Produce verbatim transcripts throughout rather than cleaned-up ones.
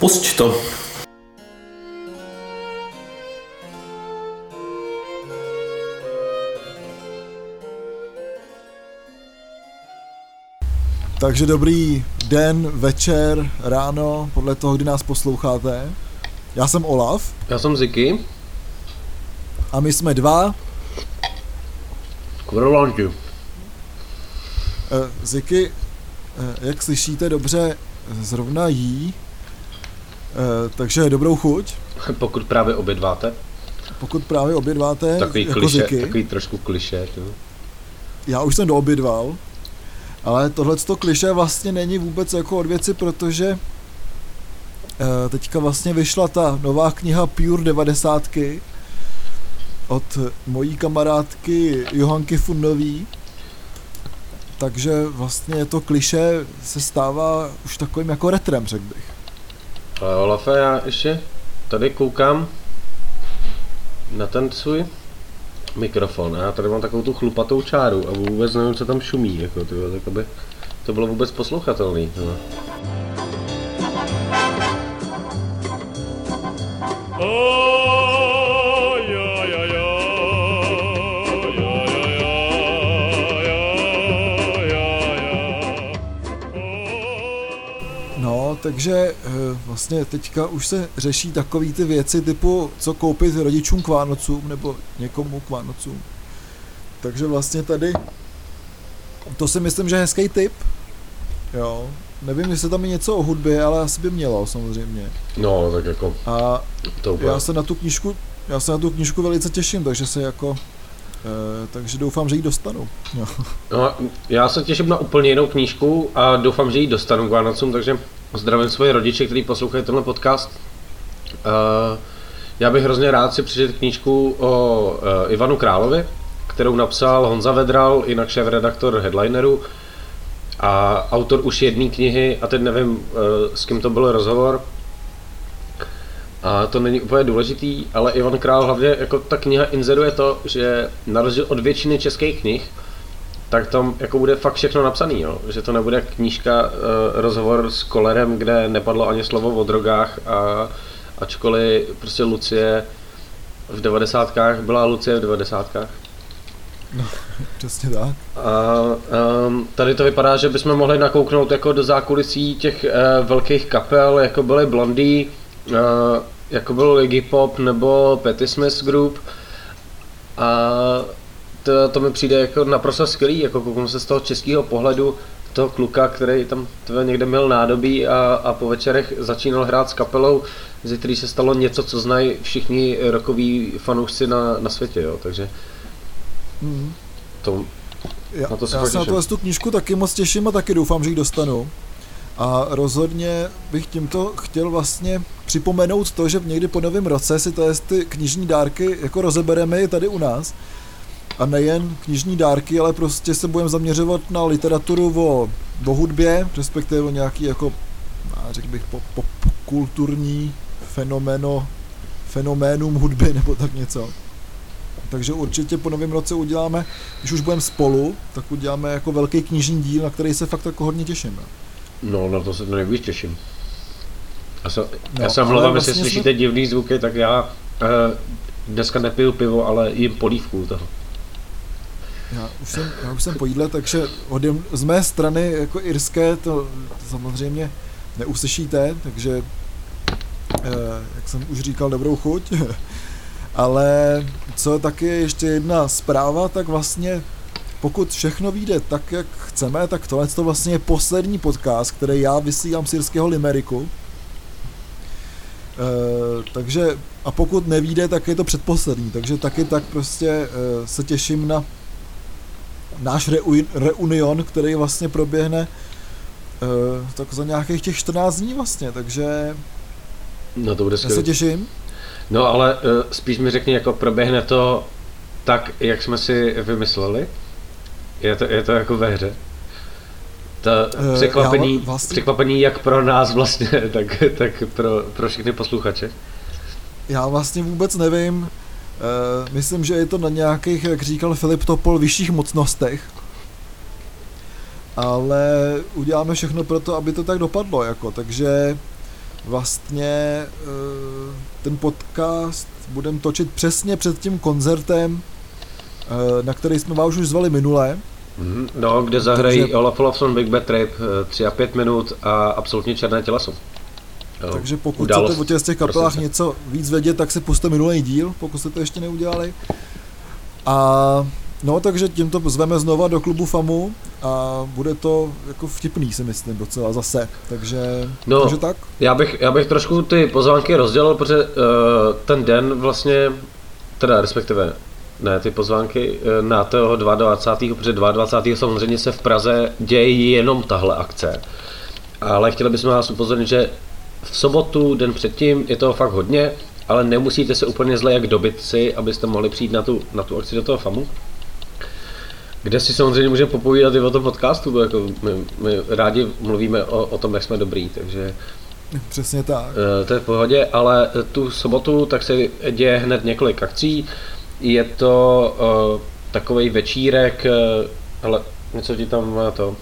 Pusť to. Takže dobrý den, večer, ráno, podle toho, kdy nás posloucháte. Já jsem Olaf. Já jsem Ziky. A my jsme dva. Kvarolanti. Ziky, jak slyšíte dobře, zrovna jí. Takže dobrou chuť. Pokud právě obědváte. Pokud právě obědváte, takový jako kliše, Ziky. Takový trošku kliše. Tu. Já už jsem doobědval. Ale tohleto klišé vlastně není vůbec jako od věci, protože eh, teďka vlastně vyšla ta nová kniha Pure devadesátky od mojí kamarádky Johanky Fundový. Takže vlastně to klišé se stává už takovým jako retrem, řekl bych. Ale Olafe, já ještě tady koukám na ten svůj mikrofon. Já tady mám takovou tu chlupatou čáru a vůbec nevím, co tam šumí, jako, tyjo, tak aby to bylo vůbec poslouchatelný. No. No, takže vlastně teďka už se řeší takový ty věci typu, co koupit rodičům k Vánocům nebo někomu k Vánocům. Takže vlastně tady, to si myslím, že je hezký tip. Jo, nevím, jestli tam je něco o hudbě, ale asi by mělo samozřejmě. No, tak jako A to já se na tu knížku, já se na tu knížku velice těším, takže se jako, eh, takže doufám, že ji dostanu. Jo. No, já se těším na úplně jinou knížku a doufám, že ji dostanu k Vánocům, takže zdravím svoje rodiče, kteří poslouchají tenhle podcast. Uh, já bych hrozně rád si přečetl knížku o uh, Ivanu Královi, kterou napsal Honza Vedral, jinak šéfredaktor Headlineru a autor už jedné knihy, a teď nevím, uh, s kým to byl rozhovor. A to není úplně důležitý, ale Ivan Král hlavně, jako ta kniha inzeruje to, že na rozdíl od většiny českých knih, tak tam jako bude fakt všechno napsaný, jo? Že to nebude knížka, uh, rozhovor s Kollerem, kde nepadlo ani slovo o drogách, a ačkoliv prostě Lucie v devadesátkách byla Lucie v devadesátkách. No, přesně tak. A um, tady to vypadá, že bychom mohli nakouknout jako do zákulisí těch uh, velkých kapel, jako byly Blondie, uh, jako byl Iggy Pop nebo Patti Smith Group. A to, to mi přijde jako naprosto skvělý, jako kouknu se z toho českého pohledu toho kluka, který tam někde měl nádobí a, a po večerech začínal hrát s kapelou, ze který se stalo něco, co znají všichni rockoví fanoušci na, na světě, jo, takže Mm. to, já, na to se já se na tuhle tu knížku taky moc těším a taky doufám, že ji dostanu. A rozhodně bych tímto chtěl vlastně připomenout to, že někdy po novém roce si to ty knižní dárky jako rozebereme i tady u nás. A nejen knižní dárky, ale prostě se budeme zaměřovat na literaturu o, o hudbě, respektive o nějaký jako, řekl bych, pop, pop, kulturní fenomeno, fenoménum hudby nebo tak něco. Takže určitě po novém roce uděláme, když už budeme spolu, tak uděláme jako velký knižní díl, na který se fakt jako hodně těším. No, na to se to nejvíc těším. Já se, no, já se omlouvám, jestli vlastně slyšíte jsme... divný zvuky, tak já eh, dneska nepiju pivo, ale jim polívku toho. Já už jsem, já už jsem po jídle, takže odjem, z mé strany jako irské to samozřejmě neuslyšíte, takže eh, jak jsem už říkal, dobrou chuť. Ale co taky ještě jedna zpráva, tak vlastně pokud všechno vyjde tak, jak chceme, tak tohle to vlastně je poslední podcast, který já vysílám z irského Limeriku. E, takže a pokud nevyjde, tak je to předposlední, takže taky tak prostě e, se těším na náš reu, reunion, který vlastně proběhne e, tak za nějakých těch čtrnáct dní vlastně, takže no to bude já se těším. No ale uh, spíš mi řekni, jako proběhne to tak, jak jsme si vymysleli? Je to, je to jako ve hře? To uh, překvapení, vlastně... překvapení jak pro nás vlastně, tak, tak pro, pro všechny posluchače. Já vlastně vůbec nevím. Uh, myslím, že je to na nějakých, jak říkal Filip Topol, vyšších mocnostech. Ale uděláme všechno pro to, aby to tak dopadlo, jako, takže vlastně ten podcast budeme točit přesně před tím koncertem, na který jsme vás už zvali minule. No, kde zahrají takže... Olaf Olafson, Big Bad Trip, tři a pět minut a absolutně černé těleso. Jo. Takže pokud Událost, chcete o těch, z těch kapelách něco víc vědět, tak si puste minulý díl, pokud jste to ještě neudělali. A no, takže tímto zveme znova do klubu FAMU a bude to jako vtipný, si myslím, docela zase, takže, no, takže tak. Já bych, já bych trošku ty pozvánky rozdělil, protože uh, ten den vlastně, teda respektive ne ty pozvánky, na toho dvacátého druhého protože dvacátého druhého samozřejmě se v Praze děje jenom tahle akce. Ale chtěli bychom vás upozornit, že v sobotu, den předtím, je toho fakt hodně, ale nemusíte se úplně zle jak dobytci, abyste mohli přijít na tu, na tu akci do toho FAMu. Kde si samozřejmě můžeme popovídat i o tom podcastu, bo jako my, my rádi mluvíme o, o tom, jak jsme dobrý, takže... Přesně tak. To je v pohodě, ale tu sobotu tak se děje hned několik akcí. Je to uh, takovej večírek, uh, ale něco ti tam má to...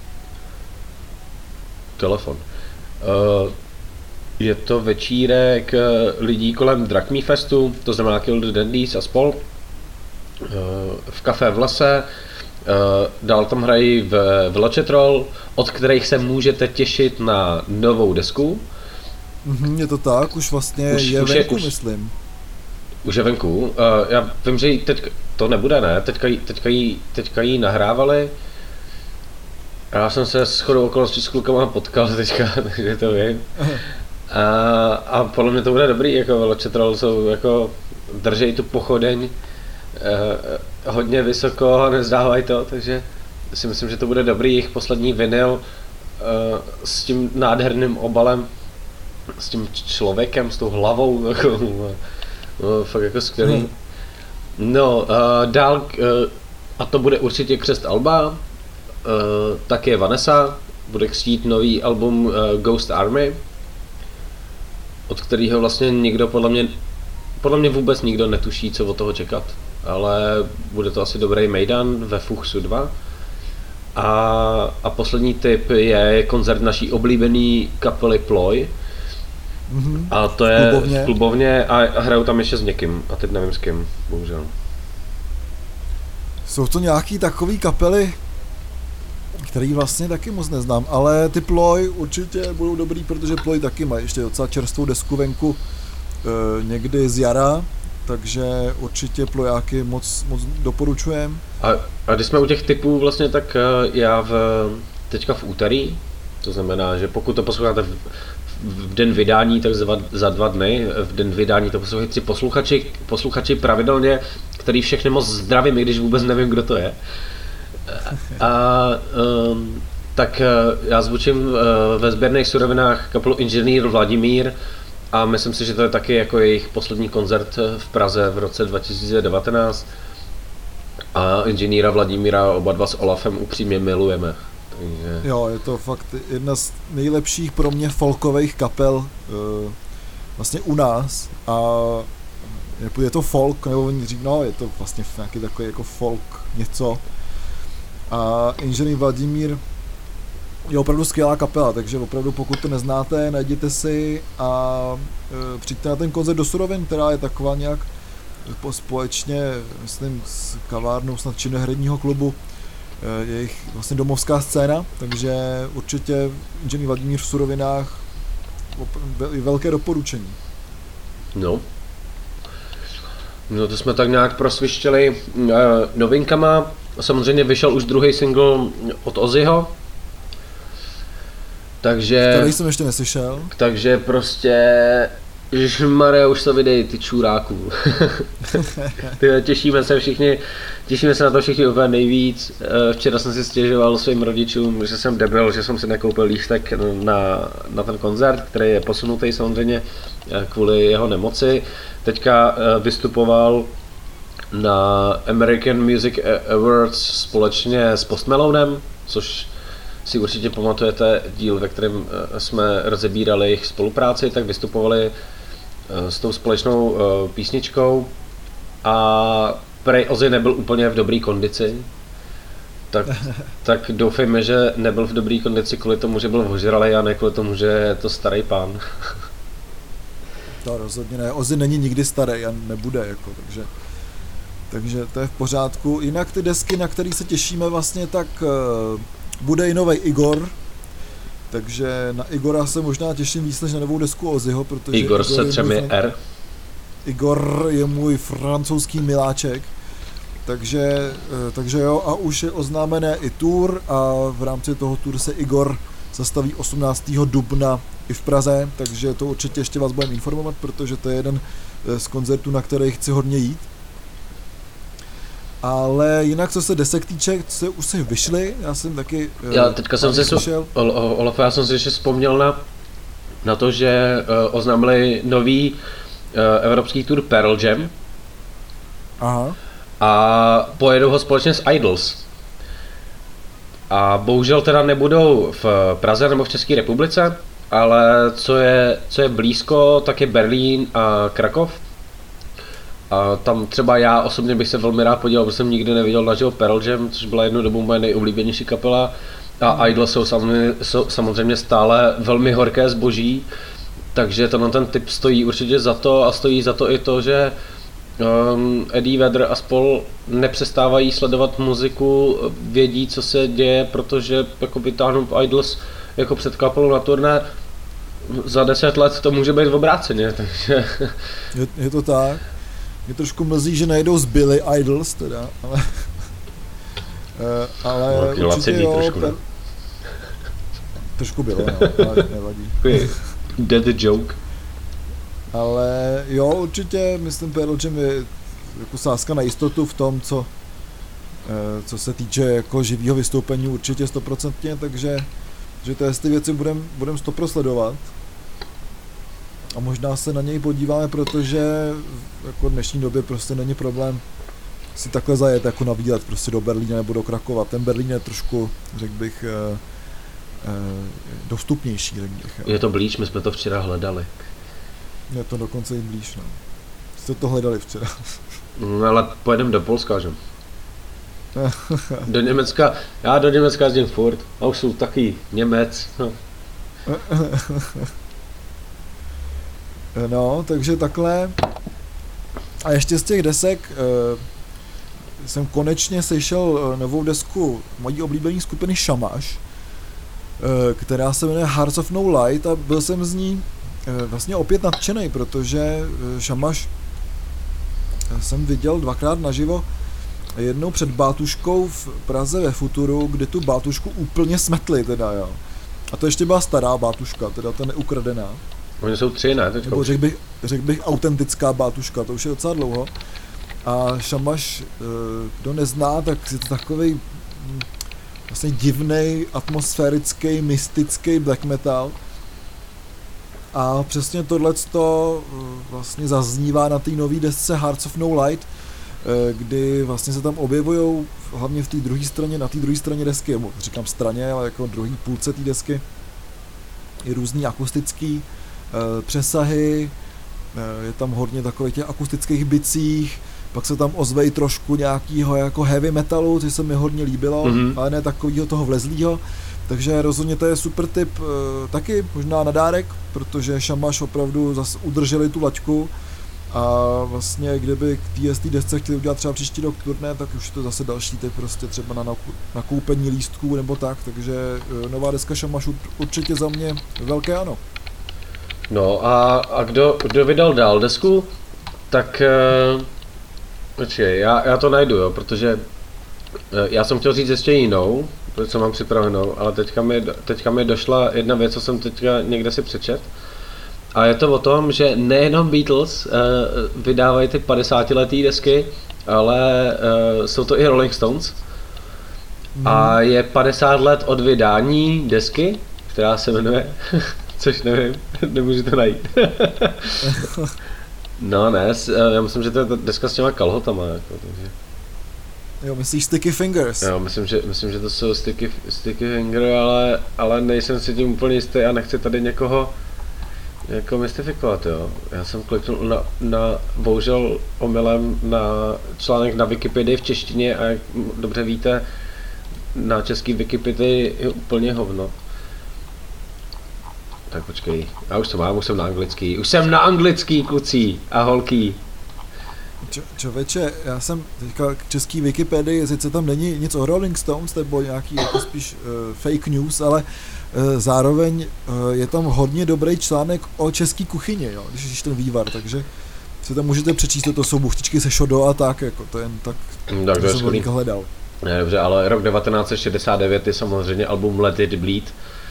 Telefon. Uh, je to večírek uh, lidí kolem Drag Me Festu, to znamená Kill the Dandies a spol. Uh, v Café v lese. Uh, dál tam hrají v Velocetrol, od kterých se můžete těšit na novou desku. Mm-hmm, je to tak, už vlastně už, je už venku, je, už, myslím. Už je venku. Uh, já vím, že teď to nebude, ne? Teďka jí, teďka jí, teďka jí nahrávali. Já jsem se shodou okolností s klukama potkal teďka, takže to vím. A, a podle mě to bude dobrý, jako Velocetrol jsou jako, držej tu pochodeň uh, hodně vysoko a nezdávají to, takže si myslím, že to bude dobrý. Jejich poslední vinyl uh, s tím nádherným obalem, s tím člověkem, s tou hlavou, jako, no, fakt jako skvělý. No, uh, dál, uh, a to bude určitě křest alba, uh, tak je Vanessa, bude křtít nový album uh, Ghost Army, od kterého vlastně nikdo podle mě, podle mě vůbec nikdo netuší, co od toho čekat, ale bude to asi dobrý mejdan ve Fuchsu dva. A, a poslední tip je koncert naší oblíbený kapely Ploy. Mm-hmm. A to je klubovně. v klubovně a hrajou tam ještě s někým a teď nevím s kým, bohužel. Jsou to nějaký takový kapely, který vlastně taky moc neznám, ale ty Ploy určitě budou dobrý, protože Ploy taky mají ještě docela čerstvou desku venku e, někdy z jara, takže určitě Plojáky moc, moc doporučujem. A, a když jsme u těch typů vlastně, tak já v, teďka v úterý, to znamená, že pokud to posloucháte v, v den vydání, tak za, za dva dny, v den vydání to poslouchají tři posluchači, posluchači pravidelně, který všechny moc zdravím, i když vůbec nevím, kdo to je. A um, tak já zvučím uh, ve sběrných surovinách kapelu Inženýr Vladimír a myslím si, že to je taky jako jejich poslední koncert v Praze v roce dva tisíce devatenáct. A Inženýra Vladimíra oba dva s Olafem upřímně milujeme. Takže... Jo, je to fakt jedna z nejlepších pro mě folkových kapel uh, vlastně u nás a je to folk, nebo oni říkají, no je to vlastně nějaký takový jako folk něco. A Inženýr Vladimír je opravdu skvělá kapela, takže opravdu pokud to neznáte, najděte si a e, přijďte na ten koncert do Surovin, která je taková nějak společně, myslím, s kavárnou snad Činoherního klubu, e, jejich vlastně domovská scéna, takže určitě Inženýr Vladimír v Surovinách velké doporučení. No. No to jsme tak nějak prosvištěli e, novinkama. Samozřejmě vyšel už druhý single od Ozzyho. Takže... Který jsem ještě neslyšel. Takže prostě... Ježišmarja, už to vydej, ty čuráků. Těšíme se všichni, těšíme se na to všichni úplně nejvíc. Včera jsem si stěžoval svým rodičům, že jsem debil, že jsem si nekoupil lístek na, na ten koncert, který je posunutý samozřejmě kvůli jeho nemoci. Teďka vystupoval na American Music Awards společně s Post Malonem, což si určitě pamatujete díl, ve kterém jsme rozebírali jejich spolupráci, tak vystupovali s tou společnou písničkou a prej Ozzy nebyl úplně v dobré kondici Tak, tak doufejme, že nebyl v dobrý kondici kvůli tomu, že byl ožralej a ne kvůli tomu, že je to starý pán. To rozhodně ne. Ozzy není nikdy starý a nebude, jako, takže, takže to je v pořádku. Jinak ty desky, na který se těšíme vlastně, tak uh, bude i nový Igor, takže na Igora se možná těším víc než na novou desku Ozzyho, protože Igor, Igor se třemi můj, R. Igor je můj francouzský miláček, takže, uh, takže jo, a už je oznámené i tour a v rámci toho tour se Igor zastaví osmnáctého dubna i v Praze, takže to určitě ještě vás budeme informovat, protože to je jeden z koncertů, na který chci hodně jít. Ale jinak, co se desek týče, co už se vyšly, já jsem taky... Já teďka jsem si slyšel. Olaf, já jsem si ještě vzpomněl na, na to, že uh, oznámili nový uh, evropský tour Pearl Jam. Aha. A pojedou ho společně s Idols. A bohužel teda nebudou v Praze nebo v České republice, ale co je, co je blízko, tak je Berlín a Krakov. A tam třeba já osobně bych se velmi rád podíval, protože jsem nikdy neviděl naživo Pearl Jam, což byla jednou dobu moje nejoblíbenější kapela. A Idols jsou samozřejmě, jsou samozřejmě stále velmi horké zboží, takže to na ten tip stojí určitě za to a stojí za to i to, že Um, Eddie Vedder a spol nepřestávají sledovat muziku, vědí, co se děje, protože jako vytáhnout Idols jako před kapelou na turné, za deset let to může být v obráceně, takže... Je, je to tak. Mě trošku mrzí, že nejdou z Billy Idols teda, ale... ale no, určitě jo, trošku, per... trošku bylo, no, ale nevadí. Dead joke. Ale jo, určitě, myslím, Pearl Jam je jako sázka na jistotu v tom, co, co se týče jako živýho vystoupení, určitě stoprocentně, takže že ty věci budeme budem sto procent sledovat. A možná se na něj podíváme, protože jako v dnešní době prostě není problém si takhle zajet jako na výlet prostě do Berlína nebo do Krakova. Ten Berlín je trošku, řekl bych, eh, eh, dostupnější, řekl bych. Je to blíž, my jsme to včera hledali. Je to dokonce i blíž, no. Jste to hledali včera. No, ale pojedeme do Polska, že? Do Německa, já do Německa jezdím furt, a už jsou taky Němec, no. No, takže takhle. A ještě z těch desek uh, jsem konečně slyšel novou desku mojí oblíbené skupiny Shamash, uh, která se jmenuje Hearts of No Light a byl jsem z ní uh, vlastně opět nadšenej, protože uh, Shamash jsem viděl dvakrát naživo, jednou před Bátuškou v Praze ve Futuru, kde tu Bátušku úplně smetli teda, jo. A to ještě byla stará Bátuška, teda ta neukradená. Oni jsou tři, ne? Teďka Nebo řekl bych, řek bych autentická Bátuška, to už je docela dlouho. A Shamash, kdo nezná, tak je to takový vlastně divnej, atmosférický, mystický black metal. A přesně tohleto vlastně zaznívá na té nové desce Hearts of No Light, kdy vlastně se tam objevují hlavně v té druhé straně, na té druhé straně desky, nebo říkám straně, ale jako druhý půlce té desky, i různý akustický přesahy, je tam hodně takových těch akustických bicích, pak se tam ozve trošku nějakýho jako heavy metalu, což se mi hodně líbilo, mm-hmm. ale ne takovýho toho vlezlýho, takže rozhodně to je super tip, taky možná na dárek, protože Shamash opravdu zase udrželi tu laťku a vlastně kdyby k té desce chtěli udělat třeba příští rok turné, tak už je to zase další tip prostě třeba na nakoupení lístků nebo tak, takže nová deska Shamash určitě za mě velké ano. No a, a kdo, kdo vydal dál desku, tak uh, počkej, já, já to najdu, jo, protože uh, já jsem chtěl říct ještě jinou, co mám připravenou, ale teďka mi, teďka mi došla jedna věc, co jsem teďka někde si přečet. A je to o tom, že nejenom Beatles uh, vydávají ty padesátiletý desky, ale uh, jsou to i Rolling Stones. Mm. A je padesát let od vydání desky, která se jmenuje, což nevím, nemůžu to najít. No ne, já myslím, že to je deska s těma kalhotama. Jako, takže. Jo, myslíš Sticky Fingers? Jo, myslím, že, myslím, že to jsou Sticky, sticky Finger, ale, ale nejsem si tím úplně jistý a nechci tady někoho jako mystifikovat, jo. Já jsem kliknul na, na bohužel omylem na článek na Wikipedii v češtině a jak dobře víte, na český Wikipedii je úplně hovno. Tak počkej, já už to mám, už jsem na anglický. Už jsem na anglický, kluci a holky. Čo, člověče, já jsem teďka k český Wikipedii, sice tam není nic o Rolling Stones nebo nějaký jako spíš uh, fake news, ale uh, zároveň uh, je tam hodně dobrý článek o český kuchyni, jo, když je ten vývar, takže si tam můžete přečíst, to jsou buchtičky se šodo a tak, jako to jen tak, tak to jsem to hledal. Ne, dobře, ale rok devatenáct set šedesát devět je samozřejmě album Let It Bleed.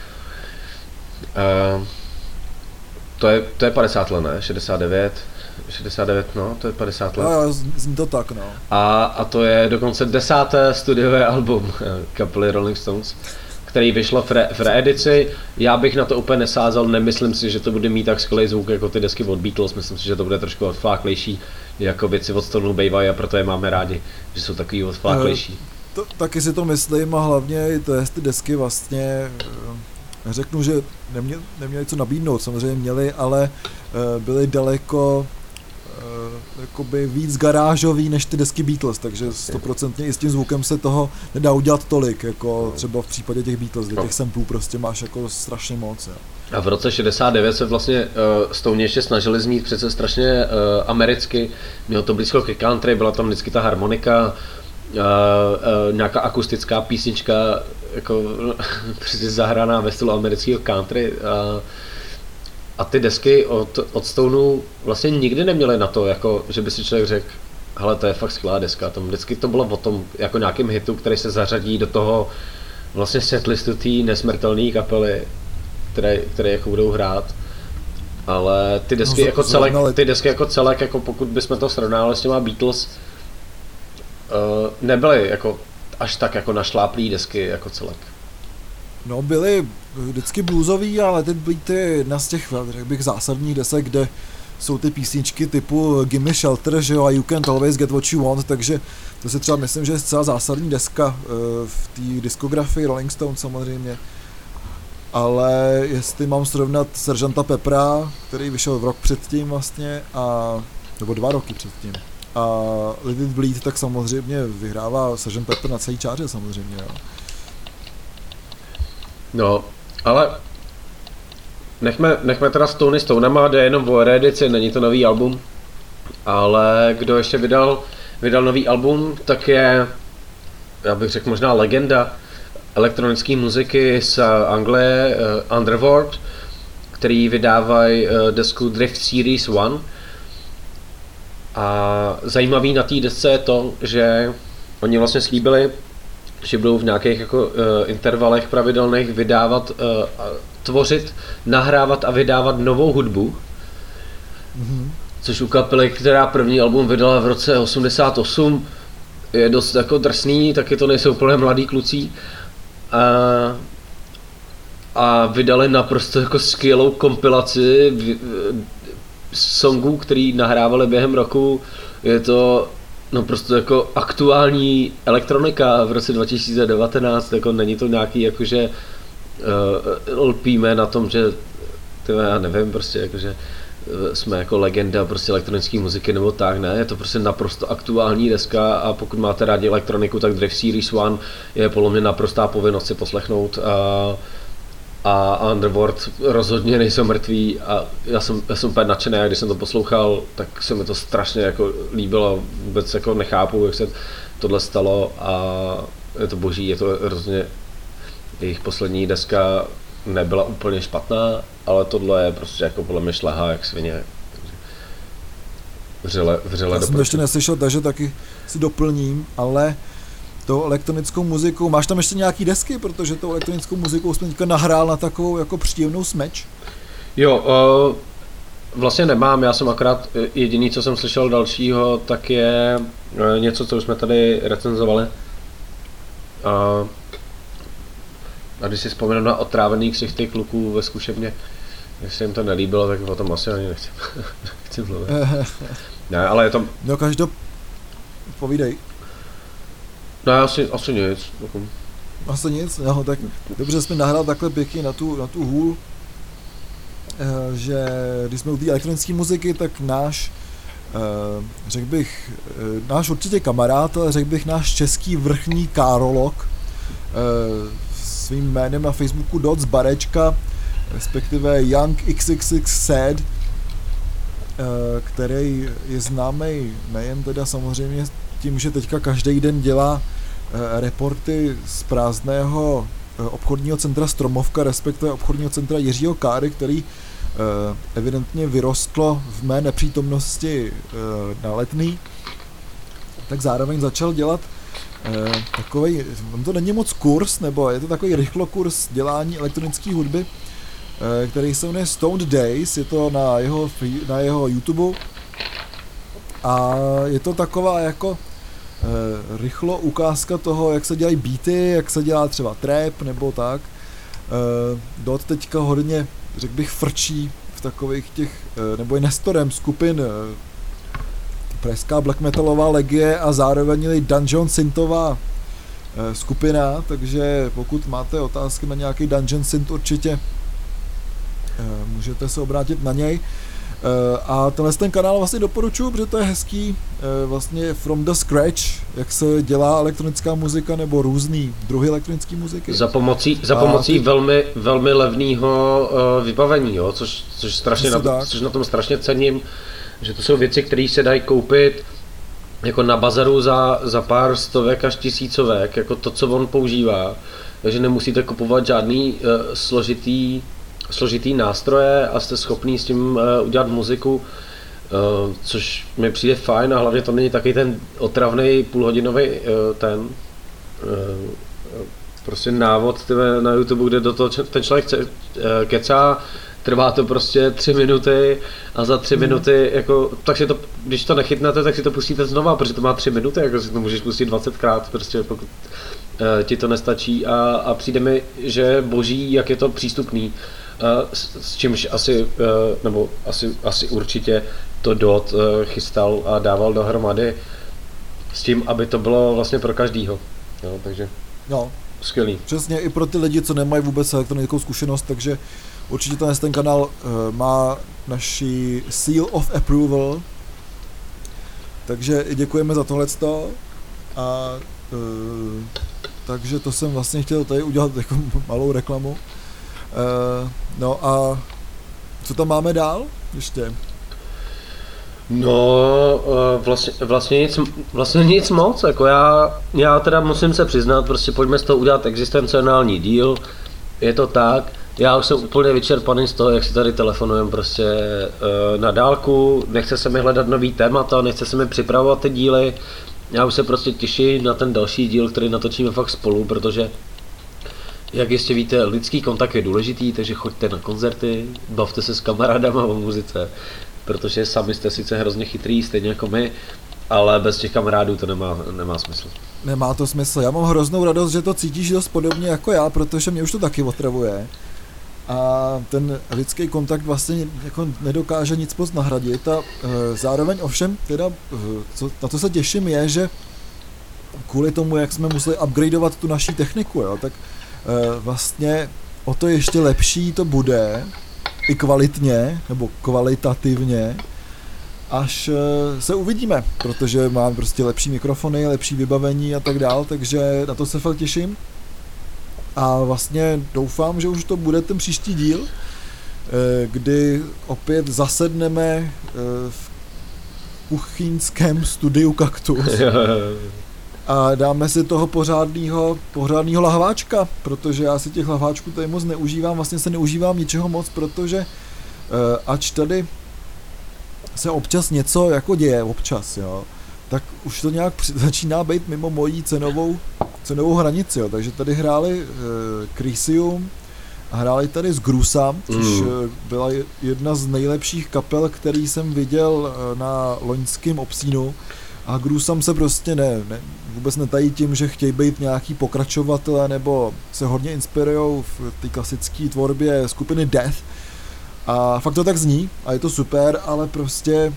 Uh, to, je, to je padesát let, ne? šedesát devět, šedesát devět, no, to je padesát let. No, zní to tak, no. A, a to je dokonce desáté studiové album kapely Rolling Stones, který vyšlo v, re, v reedici. Já bych na to úplně nesázel, nemyslím si, že to bude mít tak skvělý zvuk jako ty desky od Beatles, myslím si, že to bude trošku odfláklejší, jako věci od Stoneu bývají a proto je máme rádi, že jsou takový odfláklejší. Uh, to, taky si to myslím a hlavně to je ty desky vlastně... Řeknu, že neměli, neměli co nabídnout, samozřejmě měli, ale uh, byli daleko uh, jakoby víc garážový než ty desky Beatles, takže stoprocentně i s tím zvukem se toho nedá udělat tolik, jako třeba v případě těch Beatles, kde těch samplů prostě máš jako strašně moc. Jo. A v roce šedesát devět se vlastně uh, Stone ještě snažili znít přece strašně uh, americky, mělo to blízko ke country, byla tam vždycky ta harmonika, Uh, uh, nějaká akustická písnička jako prostě zahraná ve stylu amerického country uh, a ty desky od, od Stoneu vlastně nikdy neměly na to, jako, že by si člověk řekl, hele, to je fakt skvělá deska, tam vždycky to bylo o tom jako nějakým hitu, který se zařadí do toho vlastně setlistu té nesmrtelné kapely, které, které jako budou hrát. Ale ty desky, no, jako celek, ty desky jako celek, jako pokud bychom to srovnali s těma Beatles, Uh, nebyly jako až tak jako našláplý desky jako celek. No byly vždycky bluesový, ale teď byly jedna z těch, řekl bych, zásadních desek, kde jsou ty písničky typu Gimme Shelter, že jo, a You Can't Always Get What You Want, takže to si třeba myslím, že je zcela zásadní deska uh, v té diskografii Rolling Stones samozřejmě. Ale jestli mám srovnat Sergeanta Pepra, který vyšel v rok předtím vlastně, a, nebo dva roky předtím, a Let It Bleed, tak samozřejmě vyhrává Sergeant Pepper na celý čáře samozřejmě, jo. No, ale nechme, nechme teda Stoney Stonema, jde jenom o reedici, není to nový album, ale kdo ještě vydal, vydal nový album, tak je, já bych řekl možná legenda elektronické muziky z Anglie, uh, Underworld, který vydávají uh, desku Drift Series one. A zajímavý na té desce je to, že oni vlastně slíbili, že budou v nějakých jako uh, intervalech pravidelných vydávat, uh, tvořit, nahrávat a vydávat novou hudbu. Mm-hmm. Což u kapely, která první album vydala v roce osmdesát osm, je dost jako drsný, taky to nejsou úplně mladý kluci. A, a vydali naprosto jako skvělou kompilaci songů, který nahrávali během roku. Je to no prostě jako aktuální elektronika v roce dva tisíce devatenáct, jako není to nějaký jakože uh, lpíme na tom, že tyhle, já nevím, prostě jakože uh, jsme jako legenda prostě elektronické muziky nebo tak, ne, je to prostě naprosto aktuální deska a pokud máte rádi elektroniku, tak Drift Series one je podle mě naprostá povinnost si poslechnout. Uh, a Underworld rozhodně nejsou mrtví a já jsem, já jsem úplně nadšený, když jsem to poslouchal, tak se mi to strašně jako líbilo, vůbec jako nechápu, jak se tohle stalo a je to boží, je to rozhodně, jejich poslední deska nebyla úplně špatná, ale tohle je prostě jako podle mě šlehá jak svině. Vřele, vřele já jsem to ještě neslyšel, takže taky si doplním, ale tou elektronickou muzikou, máš tam ještě nějaký desky, protože tou elektronickou muzikou jsme teďka nahrál na takovou jako příjemnou smeč? Jo, uh, vlastně nemám, já jsem akorát jediný, co jsem slyšel dalšího, tak je uh, něco, co už jsme tady recenzovali. Uh, a když si vzpomínám na otrávený ksichty kluků ve zkušebně, jestli jim to nelíbilo, tak o tom asi ani nechci, nechci mluvit. Ne, ale je to... No každop... Povídej. No asi, asi nic. Asi nic, no, tak dobře jsme nahrál takhle pěkně na tu, na tu hůl, že když jsme u té elektronické muziky, tak náš, řekl bych, náš určitě kamarád, ale řekl bych náš český vrchní károlog, svým jménem na Facebooku Dots Barečka, respektive Young X X X Sad, který je známý nejen teda samozřejmě tím, že teďka každý den dělá reporty z prázdného obchodního centra Stromovka, respektive obchodního centra Jiřího Káry, který evidentně vyrostlo v mé nepřítomnosti na Letný, tak zároveň začal dělat takovej, on to není moc kurz, nebo je to takový rychlokurs dělání elektronické hudby, který se jmenuje Stoned Days, je to na jeho, na jeho YouTube a je to taková jako e, rychlo ukázka toho, jak se dělají beaty, jak se dělá třeba trap nebo tak. E, Dot teďka hodně, řekl bych, frčí v takových těch, e, nebo je nestorem skupin e, pražská black metalová legie a zároveň i Dungeon Synthová e, skupina, takže pokud máte otázky na nějaký Dungeon Synth, určitě můžete se obrátit na něj. A tenhle ten kanál vlastně doporučuji, protože to je hezký, vlastně from the scratch, jak se dělá elektronická muzika nebo různý druhy elektronické muziky. Za pomocí, za pomocí ty... velmi, velmi levného vybavení, jo? Což, což, strašně na, což na tom strašně cením, že to jsou věci, které se dají koupit jako na bazaru za, za pár stovek až tisícovek, jako to, co on používá. Takže nemusíte kupovat žádný uh, složitý složitý nástroje a jste schopný s tím uh, udělat muziku, uh, což mi přijde fajn a hlavně to není taky ten otravný půlhodinový uh, ten uh, prostě návod tyve, na YouTube, kde do toho ten člověk chce, uh, kecá, trvá to prostě tři minuty a za tři mm. minuty, jako, tak si to, když to nechytnete, tak si to pustíte znova, protože to má tři minuty, jako si to můžeš pustit dvacetkrát, prostě pokud uh, ti to nestačí a, a přijde mi, že boží, jak je to přístupný. S, s čímž asi, nebo asi, asi určitě to Dot chystal a dával dohromady s tím, aby to bylo vlastně pro každýho. Jo, takže no, skvělý. Přesně i pro ty lidi, co nemají vůbec elektronickou zkušenost, takže určitě ten, ten kanál uh, má naši seal of approval, takže děkujeme za tohleto a uh, takže to jsem vlastně chtěl tady udělat jako malou reklamu. Uh, no a co tam máme dál ještě? No uh, vlastně, vlastně, nic, vlastně nic moc, jako já, já teda musím se přiznat, prostě pojďme z toho udělat existenciální díl, je to tak, já už jsem úplně vyčerpaný z toho, jak si tady telefonujeme prostě uh, na dálku, nechce se mi hledat nový témata, nechce se mi připravovat ty díly, já už se prostě těším na ten další díl, který natočíme fakt spolu, protože jak jistě víte, lidský kontakt je důležitý, takže choďte na koncerty, bavte se s kamarádama o muzice, protože sami jste sice hrozně chytrý, stejně jako my, ale bez těch kamarádů to nemá, nemá smysl. Nemá to smysl, já mám hroznou radost, že to cítíš dost podobně jako já, protože mě už to taky otravuje. A ten lidský kontakt vlastně jako nedokáže nic moc nahradit a e, zároveň ovšem, teda, e, co, na to se těším je, že kvůli tomu, jak jsme museli upgradeovat tu naší techniku, jo, tak vlastně o to ještě lepší to bude, i kvalitně, nebo kvalitativně, až se uvidíme, protože mám prostě lepší mikrofony, lepší vybavení a tak dál, takže na to se fakt těším. A vlastně doufám, že už to bude ten příští díl, kdy opět zasedneme v kuchyňském studiu Kaktus. A dáme si toho pořádného, pořádného lahváčka, protože já si těch lahváčků tady moc neužívám, vlastně se neužívám ničeho moc, protože ač tady se občas něco jako děje, občas, jo, tak už to nějak začíná být mimo mojí cenovou, cenovou hranici, jo, takže tady hráli Crisium a hráli tady z Grusa, což mm. byla jedna z nejlepších kapel, který jsem viděl na loňském Obsínu. A Grusam se prostě ne, ne, vůbec netají tím, že chtějí být nějaký pokračovatelé nebo se hodně inspirujou v té klasické tvorbě skupiny Death. A fakt to tak zní a je to super, ale prostě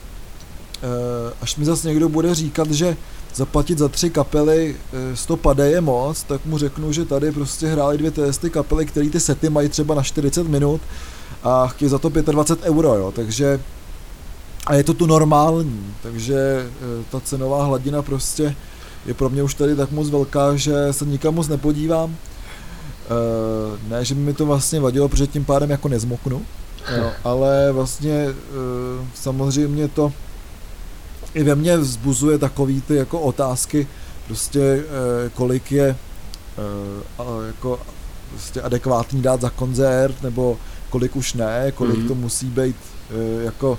až mi zase někdo bude říkat, že zaplatit za tři kapely sto pade je moc, tak mu řeknu, že tady prostě hráli dvě testy kapely, které ty sety mají třeba na čtyřicet minut a chtějí za to dvacet pět euro, jo, takže a je to tu normální, takže ta cenová hladina prostě je pro mě už tady tak moc velká, že se nikam moc nepodívám. E, ne, že by mi to vlastně vadilo, protože tím pádem jako nezmoknu, jo, ale vlastně e, samozřejmě to i ve mně vzbuzuje takový ty jako otázky, prostě e, kolik je e, a, jako prostě adekvátní dát za koncert, nebo kolik už ne, kolik mm-hmm. to musí být e, jako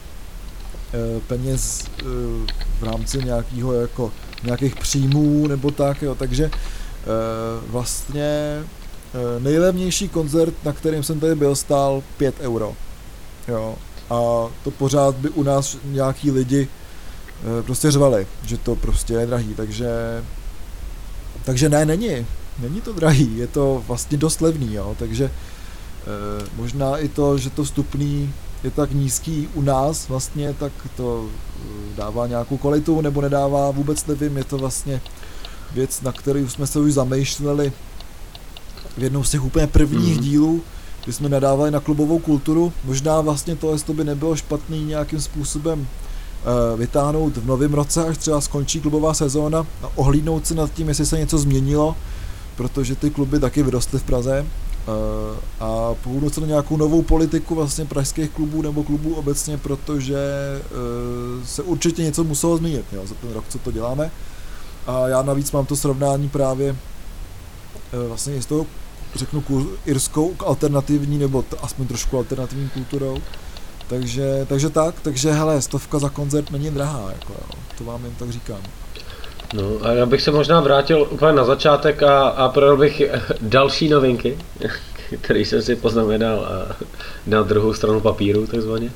e, peněz e, v rámci nějakého jako nějakých příjmů nebo tak, jo, takže e, vlastně e, nejlevnější koncert, na kterým jsem tady byl, stál pět euro, jo, a to pořád by u nás nějaký lidi e, prostě řvali, že to prostě je drahý, takže takže ne, není, není to drahý, je to vlastně dost levný, jo, takže e, možná i to, že to vstupný je tak nízký u nás vlastně, tak to dává nějakou kvalitu nebo nedává, vůbec nevím, je to vlastně věc, na kterou jsme se už zamýšleli v jednou z těch úplně prvních mm. dílů, kdy jsme nadávali na klubovou kulturu, možná vlastně to, jestli by nebylo špatný nějakým způsobem uh, vytáhnout v novém roce, až třeba skončí klubová sezóna a ohlídnout se nad tím, jestli se něco změnilo, protože ty kluby taky vyrostly v Praze. Uh, a pohodnout se na nějakou novou politiku vlastně pražských klubů nebo klubů obecně, protože uh, se určitě něco muselo změnit, jo, za ten rok, co to děláme. A já navíc mám to srovnání právě uh, vlastně s tou, řeknu, irskou alternativní, nebo t- aspoň trošku alternativní kulturou. Takže, takže tak, takže hele, stovka za koncert není drahá, jako, jo, to vám jen tak říkám. No a já bych se možná vrátil úplně na začátek a, a prodal bych další novinky, které jsem si poznamenal na druhou stranu papíru, takzvaně.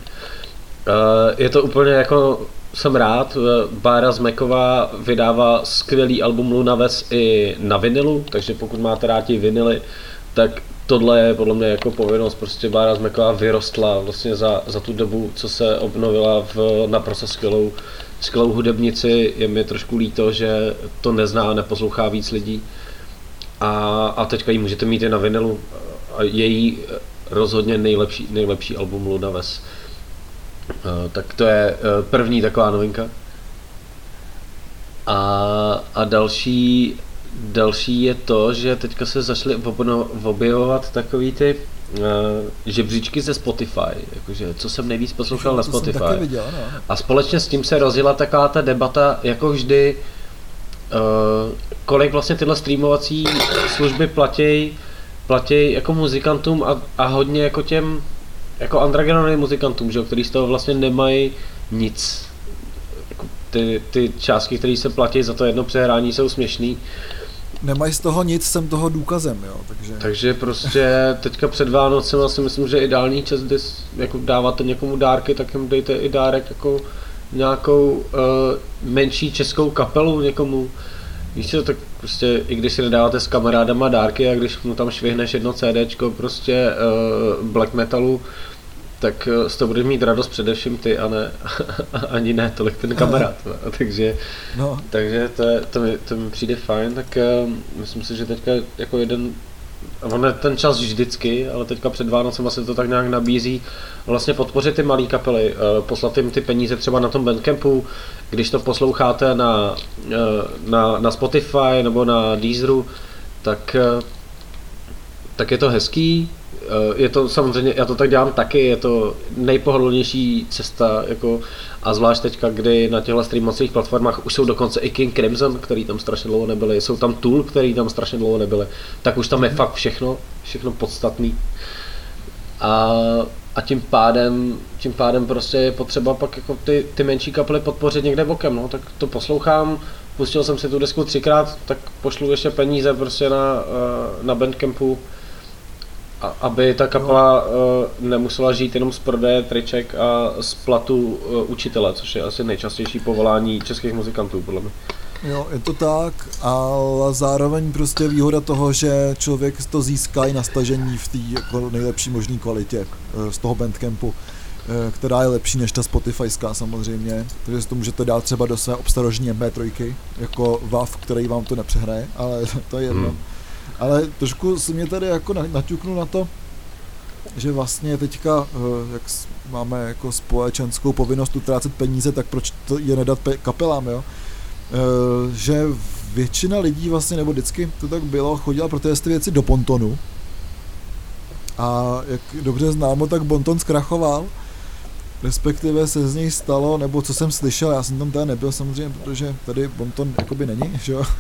Je to úplně jako, jsem rád, Bára Zmeková vydává skvělý album Lunaves i na vinilu, takže pokud máte rádi vinily, tak tohle je podle mě jako povinnost, prostě Bára Zmeková vyrostla vlastně za, za tu dobu, co se obnovila v naprosto skvělou skvělou hudebnici, je mi trošku líto, že to nezná a neposlouchá víc lidí. A, a teďka ji můžete mít i na vinilu. A její rozhodně nejlepší, nejlepší album Lunaves. Tak to je první taková novinka. A, a další, další je to, že teďka se začaly objevovat takový ty Uh, žebříčky ze Spotify, jakože co jsem nejvíc poslouchal na Spotify. Viděl, no. A společně s tím se rozjela taková ta debata, jako vždy, uh, kolik vlastně tyhle streamovací služby platí, platí jako muzikantům a, a hodně jako těm jako undergroundovým muzikantům, že, který z toho vlastně nemají nic. Jako ty, ty částky, které se platí za to jedno přehrání, jsou směšný. Nemají z toho nic, jsem toho důkazem, jo, takže... Takže prostě teďka před Vánocem si myslím, že ideální čas, kdy jako dáváte někomu dárky, tak jim dejte i dárek jako nějakou uh, menší českou kapelu někomu. Víš co, tak prostě i když si nedáváte s kamarádama dárky a když mu tam švihneš jedno CDčko prostě uh, black metalu, tak z toho budeš mít radost především ty a ne, ani ne tolik ten kamarád. No. Takže, no. takže to, je, to, mi, to mi přijde fajn, tak uh, myslím si, že teďka jako jeden, on je ten čas vždycky, ale teďka před Vánocem se to tak nějak nabízí vlastně podpořit ty malé kapely, uh, poslat jim ty peníze třeba na tom Bandcampu, když to posloucháte na, uh, na, na Spotify nebo na Deezeru, tak, uh, tak je to hezký. Je to samozřejmě, já to tak dělám taky, je to nejpohodlnější cesta, jako, a zvlášť teďka, kdy na těchto streamovacích platformách už jsou dokonce i King Crimson, který tam strašně dlouho nebyli, jsou tam Tool, který tam strašně dlouho nebyli, tak už tam je fakt všechno, všechno podstatný. A, a tím pádem, tím pádem prostě je potřeba pak jako ty, ty menší kapely podpořit někde bokem, no, tak to poslouchám, pustil jsem si tu desku třikrát, tak pošlu ještě peníze prostě na, na Bandcampu, aby ta kapela uh, nemusela žít jenom z prodeje triček a z platu uh, učitele, což je asi nejčastější povolání českých muzikantů, podle mě. Jo, je to tak, ale zároveň prostě výhoda toho, že člověk to získá i na stažení v té jako nejlepší možné kvalitě uh, z toho Bandcampu, uh, která je lepší než ta Spotifyská samozřejmě, takže si to můžete dát třeba do své obstarožní em pé tři, jako W A V, který vám to nepřehraje, ale to je jedno. Hmm. Ale trošku si mě tady jako naťuknu na to, že vlastně teďka, jak máme jako společenskou povinnost utrácet peníze, tak proč to je nedat pe- kapelám, jo? že většina lidí vlastně, nebo vždycky to tak bylo, chodila pro ty věci do Pontonu. A jak dobře známo, tak Bonton zkrachoval, respektive se z něj stalo, nebo co jsem slyšel, já jsem tam teda nebyl samozřejmě, protože tady Bonton jakoby není, že jo,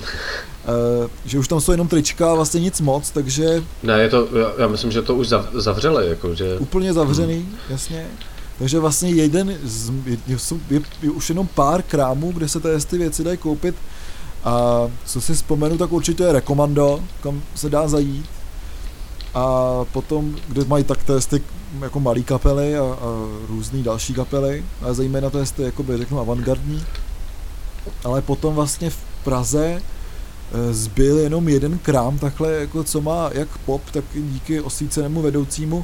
že už tam jsou jenom trička a vlastně nic moc, takže... Ne, je to, já myslím, že to už zavřeli, jako, že... Úplně zavřený, hmm. jasně. Takže vlastně jeden z, je, je, je už jenom pár krámů, kde se tady ty věci dají koupit. A co si vzpomenu, tak určitě je Rekomando, kam se dá zajít. A potom, kde mají tak ty jako malý kapely a, a různý další kapely, ale zejména to je jakoby řeknu avantgardní. Ale potom vlastně v Praze zbyl jenom jeden krám takhle, jako co má jak pop, tak i díky osvícenému vedoucímu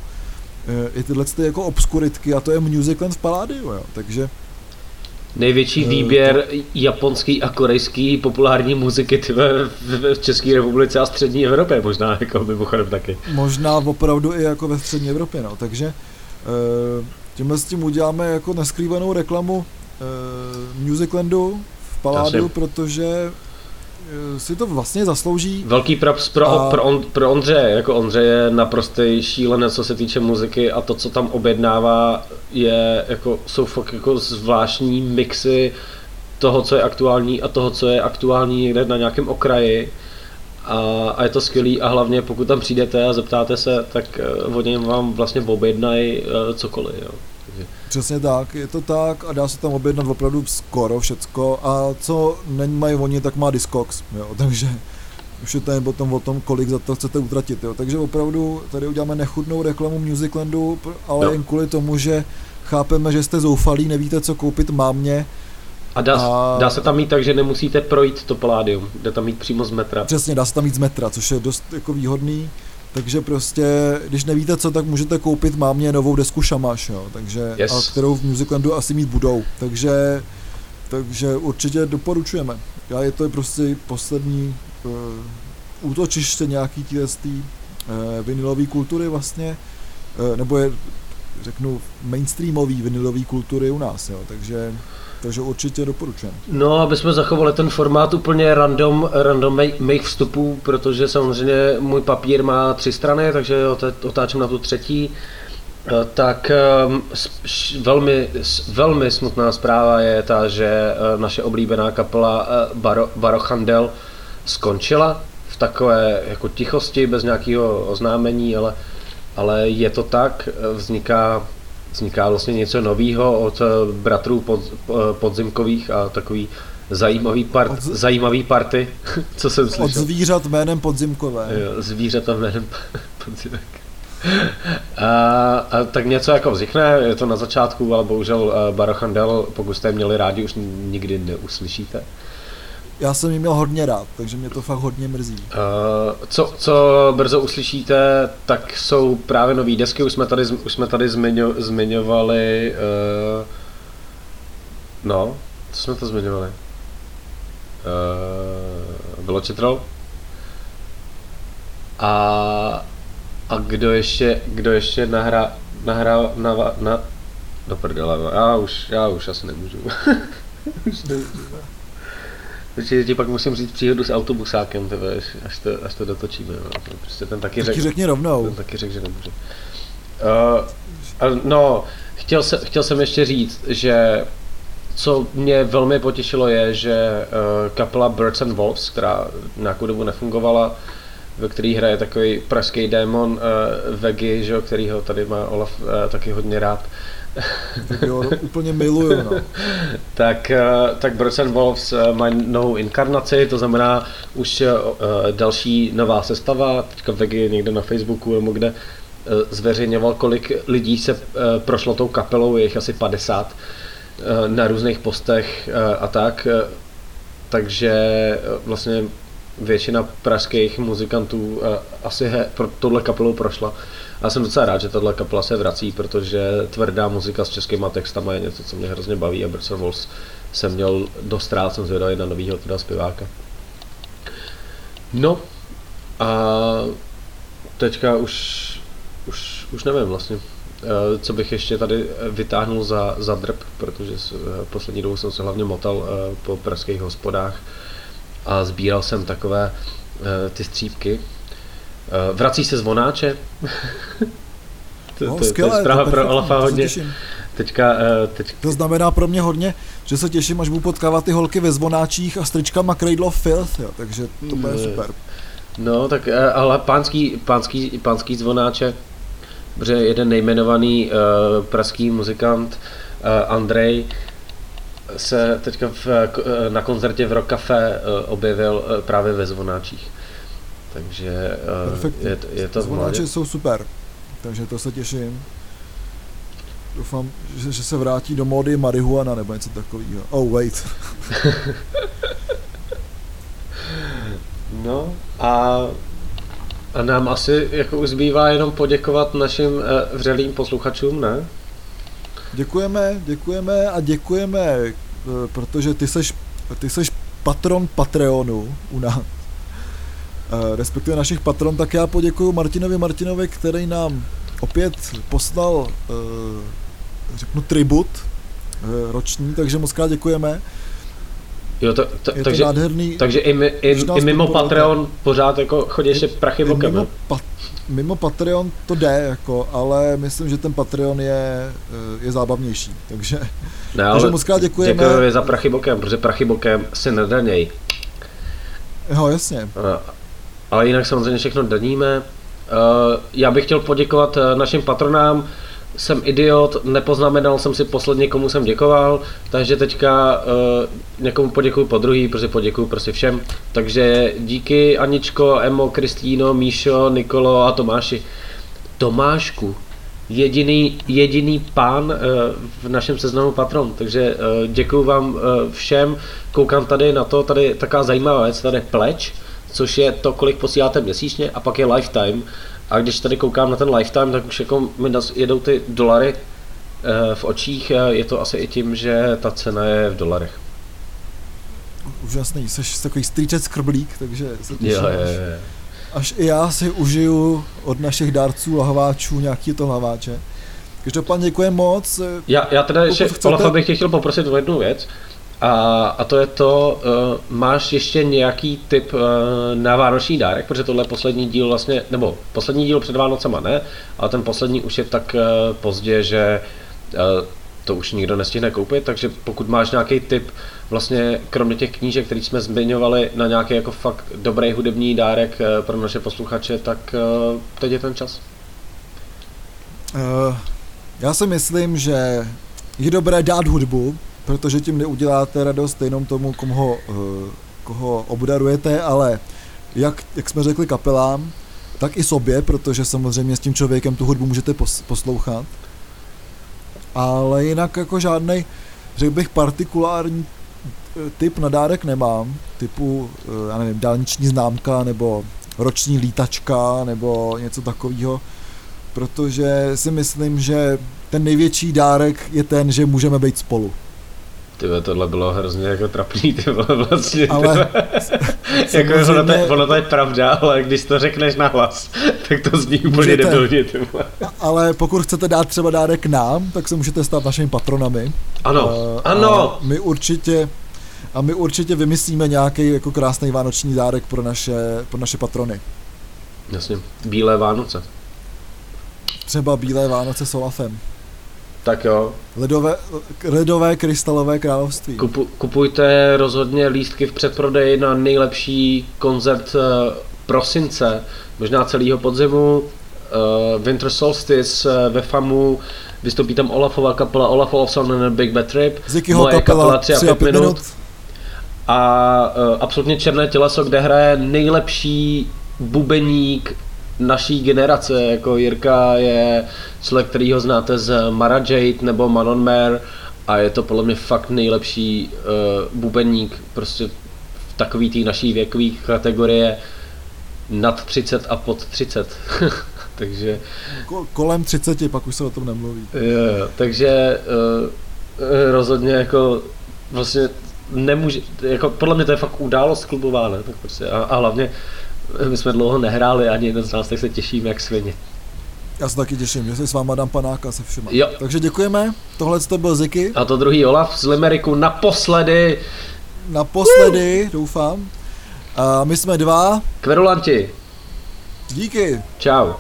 i tyhle ty jako obskuritky, a to je Musicland v Palladiu, jo, takže... Největší výběr to... japonský a korejský populární muziky tyve v České republice a střední Evropě, možná jako mimochodem taky. Možná opravdu i jako ve střední Evropě, no, takže tímhle s tím uděláme jako neskrývanou reklamu Musiclandu v Palladiu, protože si to vlastně zaslouží. Velký props pro, a... pro, on, pro Ondřeje, jako Ondřej je naprostý šílenec, co se týče muziky, a to, co tam objednává, je jako, jsou fakt jako zvláštní mixy toho, co je aktuální a toho, co je aktuální někde na nějakém okraji. A, a je to skvělý, a hlavně pokud tam přijdete a zeptáte se, tak oni vám vlastně objednají cokoliv. Jo. Přesně tak, je to tak a dá se tam objednat opravdu skoro všecko, a co nemají oni, tak má Discogs, jo, takže už je to jen potom o tom, kolik za to chcete utratit, jo, takže opravdu tady uděláme nechutnou reklamu Musiclandu, ale no. jen kvůli tomu, že chápeme, že jste zoufalí, nevíte, co koupit mámě. A dá, a dá se tam mít tak, že nemusíte projít to Palladium, jde tam mít přímo z metra. Přesně, dá se tam mít z metra, což je dost jako výhodný. Takže prostě, když nevíte co, tak můžete koupit mámě novou desku Šamaš, jo, takže, yes. a kterou v Musiclandu asi mít budou, takže, takže určitě doporučujeme. Já je to prostě poslední uh, útočiště nějaký té uh, vinylové kultury vlastně, uh, nebo je, řeknu, mainstreamový vinylové kultury u nás, jo, takže... Takže určitě doporučujeme. No, aby jsme zachovali ten formát úplně random, random mých vstupů, protože samozřejmě můj papír má tři strany, takže otáčím na tu třetí. Tak velmi, velmi smutná zpráva je ta, že naše oblíbená kapela Baro, Barochandel skončila v takové jako tichosti, bez nějakého oznámení, ale, ale je to tak, vzniká Vzniká vlastně něco nového od bratrů pod, Podzimkových a takový zajímavý, part, od, zajímavý party, co jsem slyšel. Od zvířat jménem Podzimkové. Jo, zvířata jménem Podzimek. A, a tak něco jako vznikne, je to na začátku, ale bohužel Barochandel, pokud jste je měli rádi, už nikdy neuslyšíte. Já jsem ji měl hodně rád, takže mě to fakt hodně mrzí. Uh, co, co brzo uslyšíte, tak jsou právě nový desky, už jsme tady, už jsme tady zmiňo, zmiňovali, uh, no, co jsme to zmiňovali? Uh, Veločitrol? A, a kdo ještě, kdo ještě nahrá, nahrá, na, na, do prdele, já už, já už asi nemůžu. už nemůžu. Protože ti pak musím říct příhodu s autobusákem, tebe, až, to, až to dotočíme. No. Prostě ten taky řek, řekni rovnou. Ten taky řekl, že nemůže. Uh, no, chtěl, se, chtěl jsem ještě říct, že co mě velmi potěšilo je, že uh, kapela Birds and Wolves, která nějakou dobu nefungovala, ve který hraje takový pražský démon uh, Vegi, že, kterýho tady má Olaf uh, taky hodně rád. Jo, úplně miluju, no. tak, tak Birds and Wolves mají novou inkarnaci, to znamená už další nová sestava, teďka Vegi někde na Facebooku nebo kde zveřejňoval, kolik lidí se prošlo tou kapelou, je jich asi padesát na různých postech a tak, takže vlastně většina pražských muzikantů asi he, pro touhle kapelou prošla. Já jsem docela rád, že tahle kapela se vrací, protože tvrdá muzika s českýma textama je něco, co mě hrozně baví, a Birds and Wolves jsem měl dost rád, jsem zvědavý na novýho teda zpěváka. No a teďka už, už, už nevím vlastně, co bych ještě tady vytáhnul za, za drb, protože poslední dobou jsem se hlavně motal po pražských hospodách a sbíral jsem takové ty střípky. Vrací se zvonáče. to, no, to, skvělé, to je zpráva to pro Olafa hodně. Teďka, teď... To znamená pro mě hodně, že se těším, až budu potkávat ty holky ve zvonáčích a stričkama Cradle of Filth, jo, takže to bude super. No, tak ale pánský, pánský, pánský zvonáče, protože jeden nejmenovaný uh, pražský muzikant uh, Andrej se teďka v, na koncertě v Rock Café uh, objevil uh, právě ve zvonáčích. Takže uh, je, je to zvonáče jsou super, takže to se těším. Doufám, že, že se vrátí do módy marihuana nebo něco takového. Oh wait. No a, a nám asi jako už zbývá jenom poděkovat našim uh, vřelým posluchačům, ne? Děkujeme, děkujeme a děkujeme, protože ty seš, ty seš patron Patreonu u nás. Respektive našich patron, tak já poděkuju Martinovi Martinovi, který nám opět poslal, řeknu, tribut roční, takže moc krát děkujeme. Jo, to, to, je takže, to nádherný. Takže i, my, i, i mimo Patreon pořád jako chodí ještě prachy bokem. Mimo, pa, mimo Patreon to jde, jako, ale myslím, že ten Patreon je, je zábavnější, takže, ne, takže moc krát děkujeme. Děkujeme za prachy bokem, protože prachy bokem se nedaněj. Jo, jasně. Ale jinak samozřejmě všechno daníme. Já bych chtěl poděkovat našim patronám. Jsem idiot, nepoznamenal jsem si posledně, komu jsem děkoval, takže teďka uh, někomu poděkuju po druhý, protože poděkuju prostě všem. Takže díky Aničko, Emo, Kristýno, Míšo, Nikolo a Tomáši. Tomášku, jediný, jediný pán uh, v našem seznamu patron, takže uh, děkuju vám uh, všem. Koukám tady na to, tady taková zajímavá věc, tady je pledge, což je to, kolik posíláte měsíčně, a pak je lifetime. A když tady koukám na ten lifetime, tak už jako mi jedou ty dolary e, v očích. Je to asi i tím, že ta cena je v dolarech. Úžasný, jsi takový strýčec krblík, takže se těším, jo, až, je, je. až i já si užiju od našich dárců lahváčů nějaký to lahváče. Každopádně děkujem moc. Já, já teda ještě, chcete... Olafa, bych tě chtěl poprosit o jednu věc. A, a to je to, uh, máš ještě nějaký tip uh, na vánoční dárek, protože tohle je poslední díl vlastně, nebo poslední díl před Vánocema ne, ale ten poslední už je tak uh, pozdě, že uh, to už nikdo nestihne koupit, takže pokud máš nějaký tip vlastně kromě těch knížek, který jsme zmiňovali, na nějaký jako fakt dobrý hudební dárek uh, pro naše posluchače, tak uh, teď je ten čas. Uh, já si myslím, že je dobré dát hudbu, protože tím neuděláte radost jenom tomu, koho, koho obdarujete, ale jak, jak jsme řekli kapelám, tak i sobě, protože samozřejmě s tím člověkem tu hudbu můžete poslouchat. Ale jinak jako žádnej, řekl bych, partikulární typ na dárek nemám, typu, já nevím, dálniční známka, nebo roční lítačka, nebo něco takového, protože si myslím, že ten největší dárek je ten, že můžeme být spolu. Tyve, tohle bylo hrozně jako trapný, ty vole, vlastně, ale jako ono to, je, ono to je pravda, ale když to řekneš nahlas, tak to zní úplně debilně, ty vole. Ale pokud chcete dát třeba dárek nám, tak se můžete stát našimi patronami. Ano, uh, ano. A my určitě, a my určitě vymyslíme nějaký jako krásný vánoční dárek pro naše, pro naše patrony. Jasně, bílé Vánoce. Třeba bílé Vánoce s Olafem. Tak jo. Ledové, ledové krystalové království. Kupu, kupujte rozhodně lístky v předprodeji na nejlepší koncert uh, prosince, možná celého podzimu. Uh, Winter Solstice uh, ve FAMu, vystoupí tam Olafova kapela, Olaf Olafson and Big Bad Trip. Zikyho kapela tři a pět minut. minut. A uh, absolutně černé těleso, kde hraje nejlepší bubeník naší generace, jako Jirka je člověk, který ho znáte z Mara Jade nebo Manon Mare a je to podle mě fakt nejlepší uh, bubeník prostě v takový té naší věkové kategorie nad třicet a pod třicet. Takže Ko- kolem třiceti, pak už se o tom nemluví. Jo, takže uh, rozhodně jako vlastně nemůže, jako podle mě to je fakt událost klubová, ne? Tak prostě a, a hlavně my jsme dlouho nehráli ani jeden z nás, tak se těšíme jak svině. Já se taky těším, že si s váma dám panáka se všema. Jo. Takže děkujeme, tohle to byl Ziky. A to druhý Olaf z Limeriku naposledy. Naposledy, uh. doufám. A my jsme dva. Kverulanti. Díky. Čau.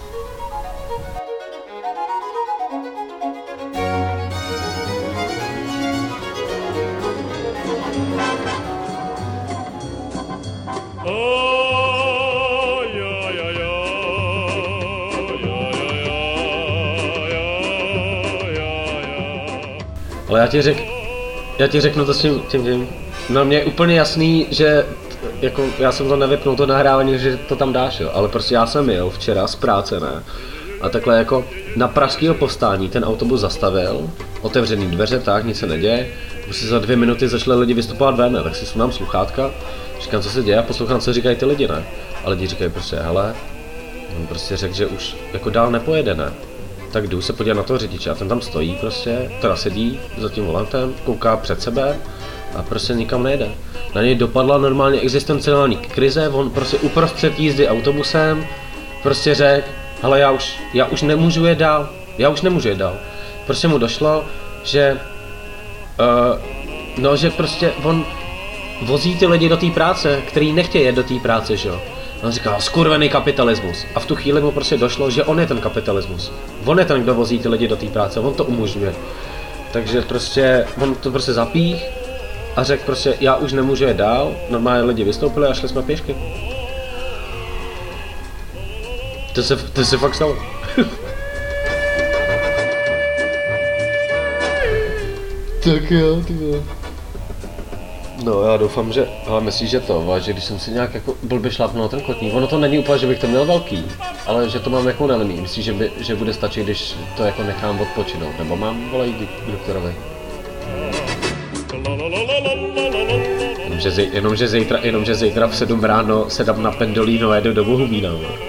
Ale já ti řek, já ti řeknu to s tím, tím, tím. No mně je úplně jasný, že jako já jsem to nevypnul to nahrávání, že to tam dáš, jo, ale prostě já jsem jel včera z práce, ne, a takhle jako na pražského povstání ten autobus zastavil, otevřený dveře, tak, nic se neděje, prostě za dvě minuty začali lidi vystupovat ven, ne? Tak si sundám sluchátka, říkám, co se děje, a poslouchám, co říkají ty lidi, ne, a lidi říkají prostě, hele, on prostě řekl, že už jako dál nepojede, ne. Tak jdu se podívat na toho řidiče a ten tam stojí prostě, teda sedí za tím volantem, kouká před sebe a prostě nikam nejde. Na něj dopadla normálně existenciální krize, on prostě uprostřed jízdy autobusem prostě řekl, hele já už, já už nemůžu jet dál, já už nemůžu jet dál. Prostě mu došlo, že, uh, no že prostě on vozí ty lidi do té práce, který nechtějí jet do té práce, že jo. On říkal, skurvený kapitalismus. A v tu chvíli mu prostě došlo, že on je ten kapitalismus. On je ten, kdo vozí ty lidi do té práce, on to umožňuje. Takže prostě, on to prostě zapích a řekl prostě, já už nemůžu jet dál. Normálně lidi vystoupili a šli jsme pěšky. To se, to se fakt stalo. Tak jo, ty jo. No já doufám, že, ale myslíš, že to, že když jsem si nějak jako blbě šlápnul ten kotník, ono to není úplně, že bych to měl velký, ale že to mám jako unavený, myslíš, že, by, že bude stačit, když to jako nechám odpočinout, nebo mám volej k doktorovi? Jenomže, zej, jenomže, zítra, jenomže zítra v sedm ráno se dám na pendolino a jedu do Bohumína.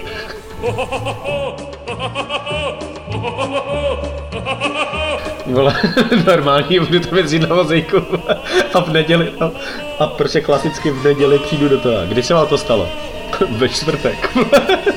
Vole, normální, budu to mít na vozejku a v neděli, a, a prostě klasicky v neděli přijdu do toho. Kdy se vám to stalo? Ve čtvrtek.